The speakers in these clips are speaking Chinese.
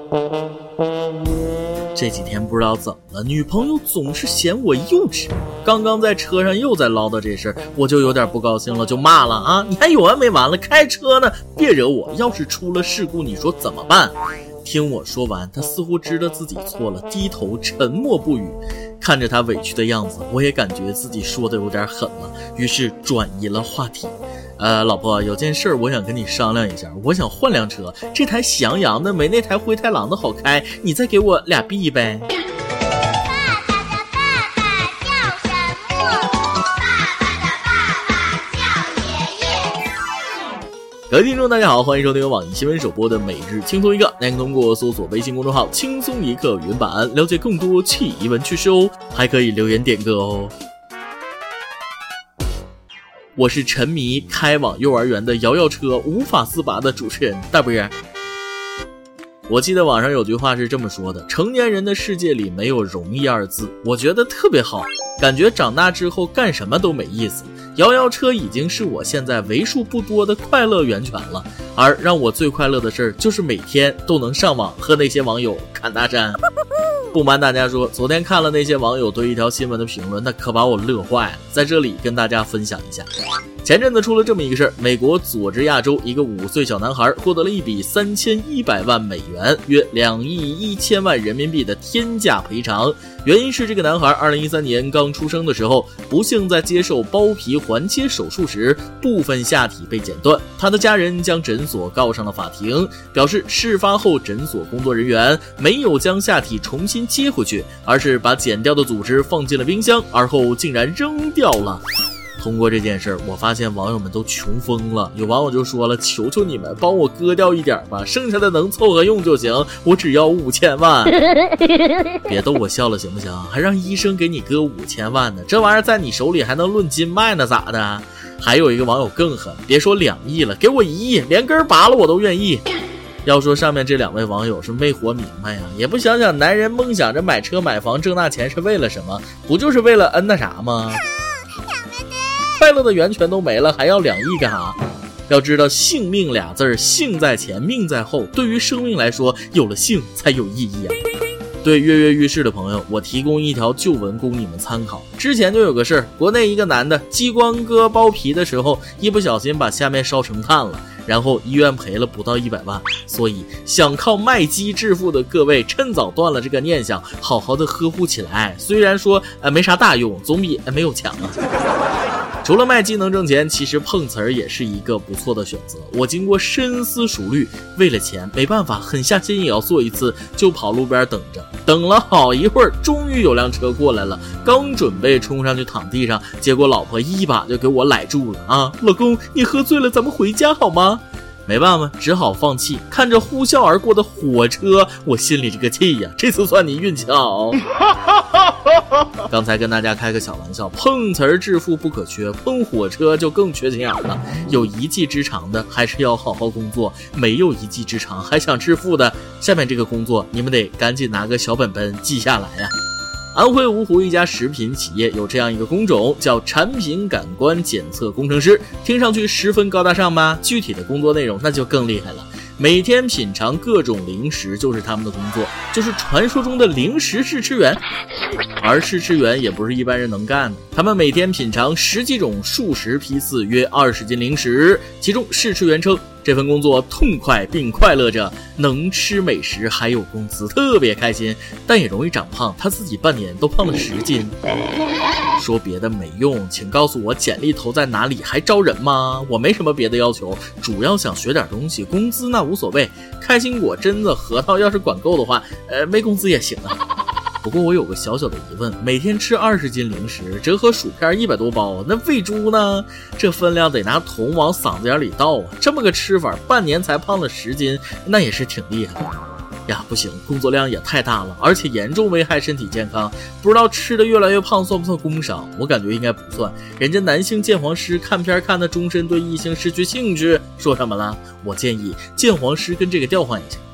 这几天不知道怎么了，女朋友总是嫌我幼稚。刚刚在车上又在唠叨这事儿，我就有点不高兴了，就骂了啊！你还有完没完了？开车呢，别惹我！要是出了事故，你说怎么办？听我说完，他似乎知道自己错了，低头沉默不语。看着他委屈的样子，我也感觉自己说的有点狠了，于是转移了话题。老婆，有件事我想跟你商量一下，我想换辆车，这台喜羊羊的没那台灰太狼的好开，你再给我俩币呗。各位听众大家好，欢迎收听由网易新闻首播的每日轻松一刻，您可以通过搜索微信公众号轻松一刻云版了解更多奇闻趣事哦，还可以留言点歌哦。我是沉迷开往幼儿园的摇摇车无法自拔的主持人大波儿。我记得网上有句话是这么说的，成年人的世界里没有容易二字，我觉得特别好，感觉长大之后干什么都没意思。摇摇车已经是我现在为数不多的快乐源泉了，而让我最快乐的事就是每天都能上网和那些网友侃大山。不瞒大家说，昨天看了那些网友对一条新闻的评论，那可把我乐坏了，在这里跟大家分享一下。前阵子出了这么一个事儿，美国佐治亚州一个5岁小男孩获得了一笔3100万美元，约2亿1000万人民币的天价赔偿。原因是这个男孩2013年刚出生的时候，不幸在接受包皮环切手术时，部分下体被剪断，他的家人将诊所告上了法庭，表示事发后诊所工作人员没有将下体重新接回去，而是把剪掉的组织放进了冰箱，而后竟然扔掉了。通过这件事，我发现网友们都穷疯了。有网友就说了，求求你们帮我割掉一点吧，剩下的能凑合用就行，我只要5000万。别逗我笑了行不行？还让医生给你割5000万呢，这玩意儿在你手里还能论斤卖呢，咋的？还有一个网友更狠，别说2亿了，给我1亿，连根拔了我都愿意。要说上面这2位网友是没活明白呀，也不想想男人梦想着买车买房挣大钱是为了什么？不就是为了那啥吗？快乐的源泉都没了，还要2亿干啥？要知道性命俩字儿，性在前命在后，对于生命来说，有了性才有意义啊。对跃跃欲试的朋友，我提供一条旧闻供你们参考。之前就有个事儿，国内一个男的激光割包皮的时候，一不小心把下面烧成炭了，然后医院赔了不到100万。所以想靠卖鸡致富的各位，趁早断了这个念想，好好的呵护起来。虽然说没啥大用，总比没有强啊。除了卖鸡能挣钱，其实碰瓷儿也是一个不错的选择。我经过深思熟虑，为了钱没办法，狠下心也要做一次，就跑路边等着。等了好一会儿，终于有辆车过来了，刚准备冲上去躺地上，结果老婆一把就给我揽住了啊！老公，你喝醉了，咱们回家好吗？没办法，只好放弃。看着呼啸而过的火车，我心里这个气呀！这次算你运气好。刚才跟大家开个小玩笑，碰瓷儿致富不可缺，碰火车就更缺心眼了。有一技之长的还是要好好工作，没有一技之长还想致富的，下面这个工作你们得赶紧拿个小本本记下来呀。安徽芜湖一家食品企业有这样一个工种，叫产品感官检测工程师，听上去十分高大上吧？具体的工作内容那就更厉害了。每天品尝各种零食就是他们的工作，就是传说中的零食试吃员。而试吃员也不是一般人能干的，他们每天品尝10几种数十批次，约20斤零食。其中试吃员称，这份工作痛快并快乐着，能吃美食还有工资，特别开心，但也容易长胖，他自己半年都胖了10斤。说别的没用，请告诉我简历投在哪里，还招人吗？我没什么别的要求，主要想学点东西，工资那无所谓，开心果、榛子、核桃要是管够的话，没工资也行啊。不过我有个小小的疑问，每天吃20斤零食，折合薯片100多包，那喂猪呢？这分量得拿桶往嗓子眼里倒啊！这么个吃法，半年才胖了10斤，那也是挺厉害的呀。不行，工作量也太大了，而且严重危害身体健康。不知道吃的越来越胖算不算工伤？我感觉应该不算，人家男性鉴黄师看片看的终身对异性失去兴趣，说什么了？我建议鉴黄师跟这个调换一下，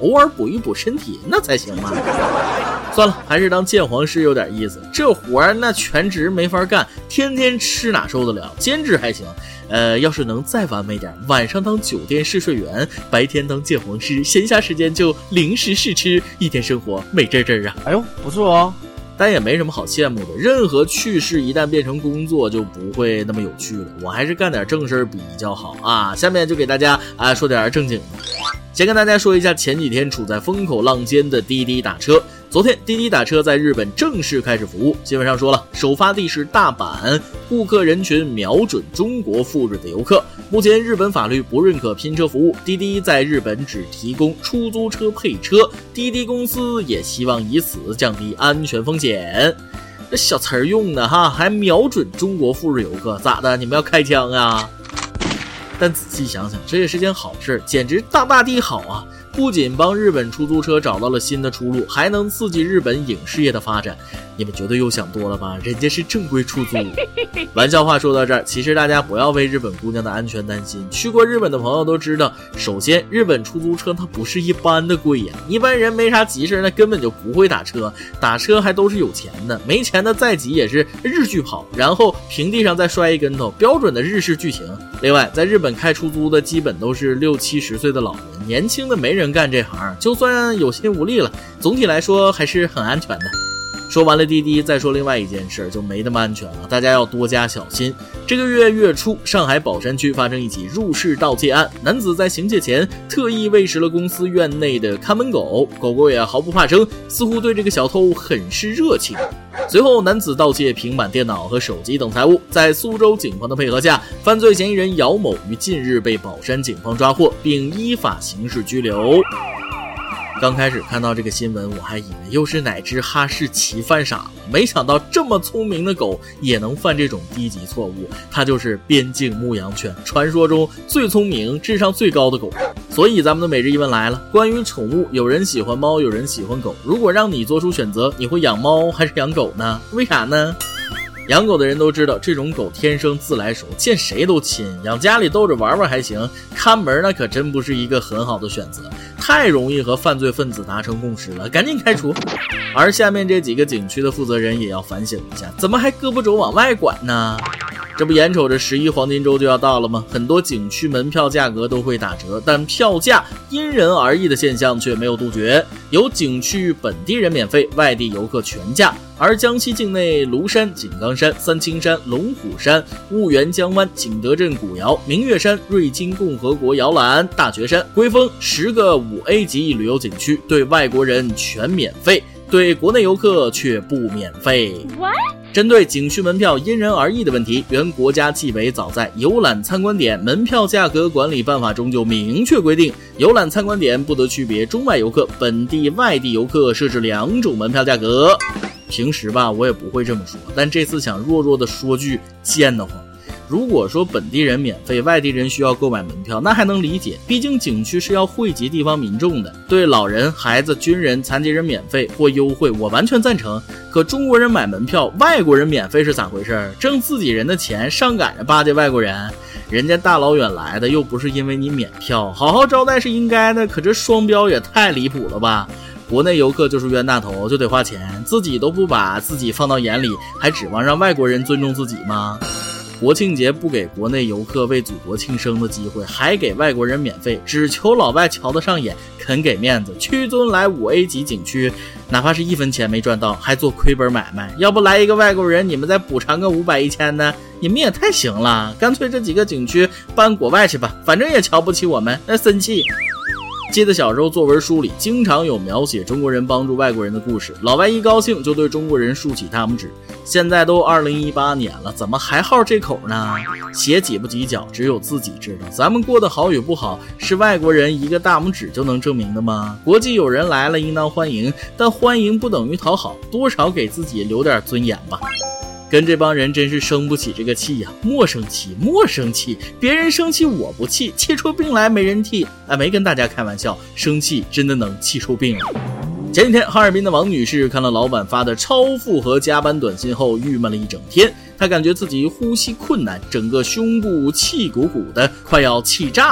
偶尔补一补身体那才行嘛。算了，还是当鉴黄师有点意思，这活儿那全职没法干，天天吃哪受得了，兼职还行。要是能再完美点，晚上当酒店试睡员，白天当鉴黄师，闲暇时间就零食试吃，一天生活美滋滋啊。 哎呦，不错哦。 但也没什么好羡慕的，任何趣事一旦变成工作就不会那么有趣了，我还是干点正事比较好啊。下面就给大家说点正经的。先跟大家说一下前几天处在风口浪尖的滴滴打车。昨天滴滴打车在日本正式开始服务，新闻上说了，首发地是大阪，顾客人群瞄准中国赴日的游客。目前日本法律不认可拼车服务，滴滴在日本只提供出租车配车，滴滴公司也希望以此降低安全风险。这小词儿用的哈，还瞄准中国赴日游客，咋的？你们要开枪啊？但仔细想想，这也是件好事，简直大大地好啊！不仅帮日本出租车找到了新的出路，还能刺激日本影视业的发展。你们绝对又想多了吧？人家是正规出租。玩笑话说到这儿，其实大家不要为日本姑娘的安全担心。去过日本的朋友都知道，首先日本出租车它不是一般的贵呀，一般人没啥急事那根本就不会打车，打车还都是有钱的，没钱的再急也是日剧跑，然后平地上再摔一跟头，标准的日式剧情。另外，在日本开出租的基本都是60-70岁的老人，年轻的没人干这行，就算有心无力了，总体来说还是很安全的。说完了滴滴，再说另外一件事就没那么安全了，大家要多加小心。这个月初，上海宝山区发生一起入室盗窃案，男子在行窃前特意喂食了公司院内的看门狗，狗狗也毫不怕生，似乎对这个小偷很是热情。随后男子盗窃平板电脑和手机等财物，在苏州警方的配合下，犯罪嫌疑人姚某于近日被宝山警方抓获，并依法刑事拘留。刚开始看到这个新闻，我还以为又是哪只哈士奇犯傻了，没想到这么聪明的狗也能犯这种低级错误。它就是边境牧羊犬，传说中最聪明、智商最高的狗。所以咱们的每日一问来了，关于宠物，有人喜欢猫，有人喜欢狗。如果让你做出选择，你会养猫还是养狗呢？为啥呢？养狗的人都知道，这种狗天生自来熟，见谁都亲，养家里逗着玩玩还行，看门那可真不是一个很好的选择，太容易和犯罪分子达成共识了，赶紧开除。而下面这几个景区的负责人也要反省一下，怎么还胳膊肘往外管呢？这不眼瞅着11黄金周就要到了吗？很多景区门票价格都会打折，但票价因人而异的现象却没有杜绝。有景区本地人免费，外地游客全价。而江西境内庐山、井冈山、三清山、龙虎山、婺源江湾、景德镇古窑、明月山、瑞金共和国摇篮、大觉山、龟峰10个5A 级旅游景区对外国人全免费，对国内游客却不免费。针对景区门票因人而异的问题，原国家纪委早在游览参观点门票价格管理办法中就明确规定，游览参观点不得区别中外游客、本地外地游客设置2种门票价格。平时吧我也不会这么说，但这次想弱弱的说句贱得慌。如果说本地人免费，外地人需要购买门票，那还能理解，毕竟景区是要惠及地方民众的。对老人、孩子、军人、残疾人免费或优惠，我完全赞成。可中国人买门票，外国人免费是咋回事？挣自己人的钱，上赶着巴结外国人，人家大老远来的，又不是因为你免票，好好招待是应该的。可这双标也太离谱了吧！国内游客就是冤大头，就得花钱，自己都不把自己放到眼里，还指望让外国人尊重自己吗？国庆节不给国内游客为祖国庆生的机会，还给外国人免费，只求老外瞧得上眼，肯给面子，屈尊来5A 级景区，哪怕是1分钱没赚到，还做亏本买卖。要不来一个外国人，你们再补偿个500-1000呢？你们也太行了，干脆这几个景区搬国外去吧，反正也瞧不起我们，生气。记得小时候作文书里经常有描写中国人帮助外国人的故事，老外一高兴就对中国人竖起大拇指。现在都2018年了，怎么还好这口呢？鞋挤不挤脚只有自己知道，咱们过得好与不好是外国人一个大拇指就能证明的吗？国际友人来了应当欢迎，但欢迎不等于讨好，多少给自己留点尊严吧。跟这帮人真是生不起这个气呀，莫生气，别人生气我不气，气出病来没人替。没跟大家开玩笑，生气真的能气出病来。前几天哈尔滨的王女士看了老板发的超负荷加班短信后郁闷了一整天，她感觉自己呼吸困难，整个胸部气鼓鼓的，快要气炸了。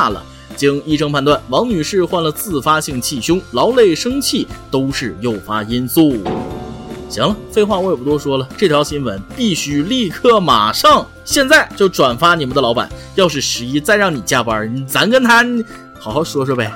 经医生判断，王女士患了自发性气胸，劳累生气都是诱发因素。行了，废话我也不多说了，这条新闻必须立刻马上现在就转发你们的老板，要是11再让你加班，咱跟他好好说说呗。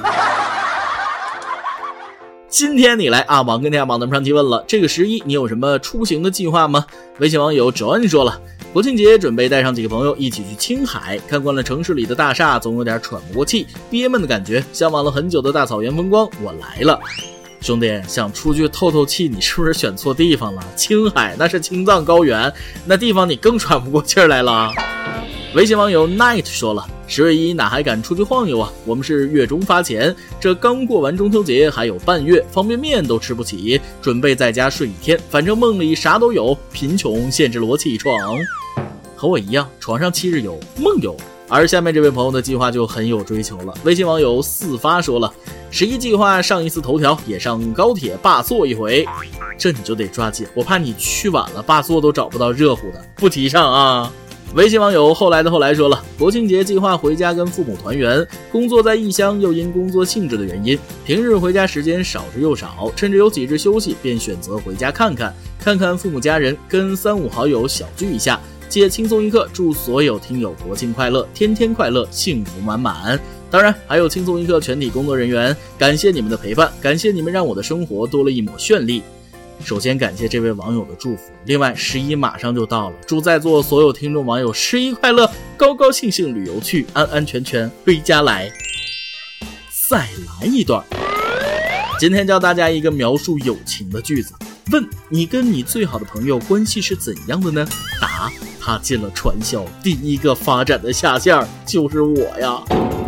今天你来啊，网跟天下网站上提问了，这个11你有什么出行的计划吗？微信网友Joan说了，国庆节准备带上几个朋友一起去青海，看惯了城市里的大厦，总有点喘不过气，憋闷的感觉，向往了很久的大草原风光，我来了。兄弟，想出去透透气，你是不是选错地方了？青海那是青藏高原，那地方你更喘不过气来了。微信网友 Night 说了，10月1哪还敢出去晃悠啊？我们是月中发钱，这刚过完中秋节还有半月，方便面都吃不起，准备在家睡一天，反正梦里啥都有，贫穷限制了我起床。和我一样，床上7日游，梦游。而下面这位朋友的计划就很有追求了。微信网友四发说了，11计划上一次头条，也上高铁霸座一回，这你就得抓紧，我怕你去晚了，霸座都找不到热乎的，不提倡啊。微信网友后来的后来说了，国庆节计划回家跟父母团圆，工作在异乡，又因工作性质的原因，平日回家时间少之又少，趁着有几日休息，便选择回家看看父母家人，跟3、5好友小聚一下。借轻松一刻，祝所有听友国庆快乐，天天快乐，幸福满满。当然还有轻松一刻全体工作人员，感谢你们的陪伴，感谢你们让我的生活多了一抹绚丽。首先感谢这位网友的祝福，另外11马上就到了，祝在座所有听众网友11快乐，高高兴兴旅游去，安安全全回家来。再来一段，今天教大家一个描述友情的句子，问你跟你最好的朋友关系是怎样的呢？答，他进了传销，第一个发展的下线就是我呀。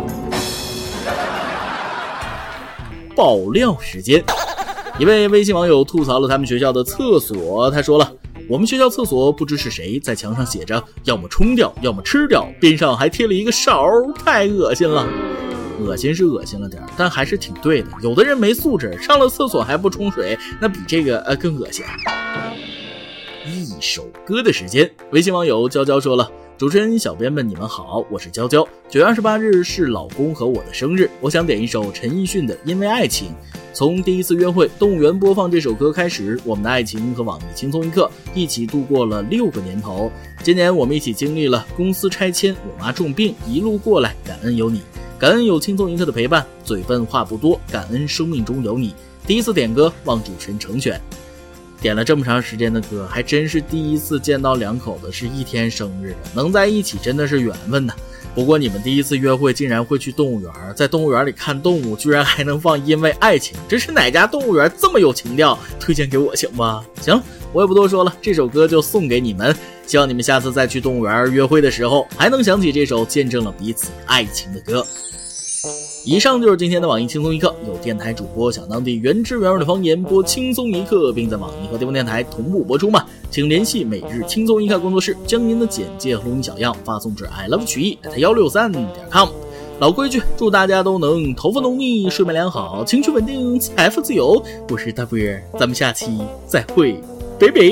爆料时间，一位微信网友吐槽了他们学校的厕所，他说了，我们学校厕所不知是谁在墙上写着要么冲掉要么吃掉，边上还贴了一个勺，太恶心了。恶心是恶心了点，但还是挺对的，有的人没素质，上了厕所还不冲水，那比这个更恶心。一首歌的时间，微信网友娇娇说了，主持人小编们你们好，我是娇娇。9月28日是老公和我的生日，我想点一首陈奕迅的《因为爱情》。从第一次约会动物园播放这首歌开始，我们的爱情和网易轻松一刻一起度过了6个年头。今年我们一起经历了公司拆迁，我妈重病，一路过来感恩有你，感恩有轻松一刻的陪伴，嘴笨话不多，感恩生命中有你。第一次点歌，望主持人成全。点了这么长时间的歌，还真是第一次见到两口子是一天生日的，能在一起真的是缘分呐。不过你们第一次约会竟然会去动物园，在动物园里看动物，居然还能放因为爱情，这是哪家动物园这么有情调？推荐给我行吗？行，我也不多说了，这首歌就送给你们，希望你们下次再去动物园约会的时候，还能想起这首见证了彼此爱情的歌。以上就是今天的网易轻松一刻，有电台主播想当地原汁原味的方言播轻松一刻，并在网易和地方电台同步播出吗？请联系每日轻松一刻工作室，将您的简介和录音小样发送至 iLoveChüyi@163.com。老规矩，祝大家都能头发浓密，睡眠良好，情绪稳定，财富自由。我是大波儿，咱们下期再会，拜拜。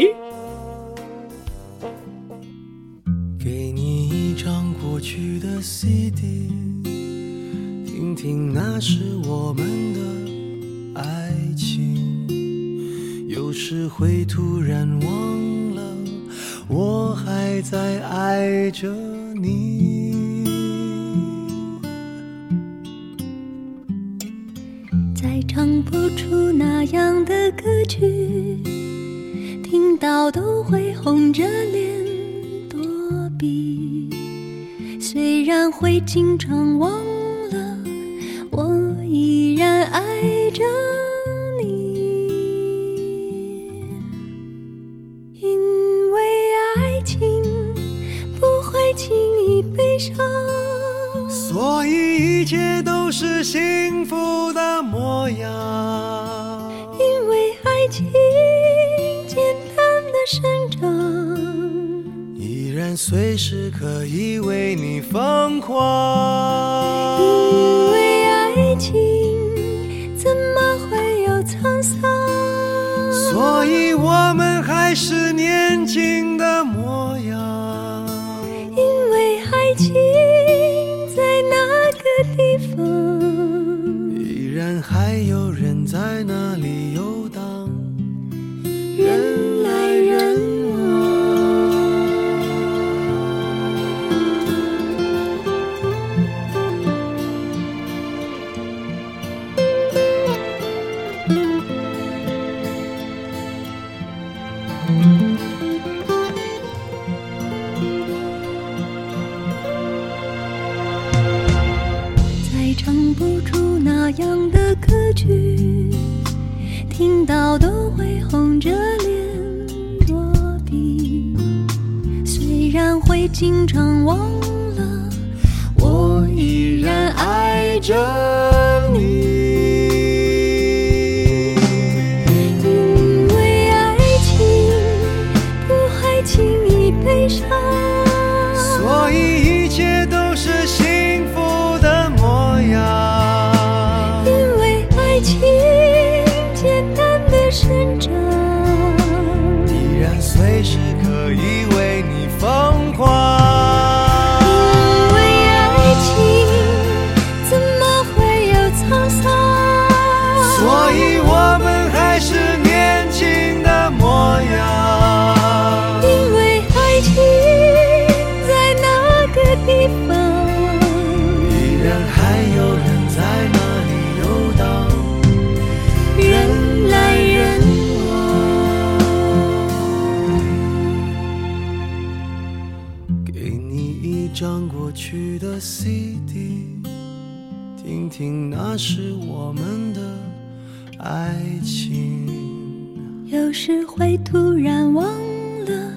给你一张过去的 CD，听听那是我们的爱情，有时会突然忘了我还在爱着你。 再唱不出那样的歌曲，听到都会红着脸躲避，虽然会经常忘了我依然爱着你，因为爱情不会轻易悲伤， 所以一切都是幸福的模样， 因为爱情简单的生长， 依然随时可以为你疯狂， 因为爱情怎么会有沧桑， 所以我们还是年轻的模样， 因为爱情在那个地方经常忘了，我依然爱着你。因为爱情不会轻易悲伤， 所以一切都是幸福的模样。 因为爱情简单的生长， 依然随时可以为你疯狂。 因为爱情怎么会有沧桑， 所以我们还是年轻的模样。 因为爱情在那个地方， 依然还有人在那里游荡， 人来人往。 给你一张过去的 CD， 听听那是我们的爱情。 有时会突然忘了，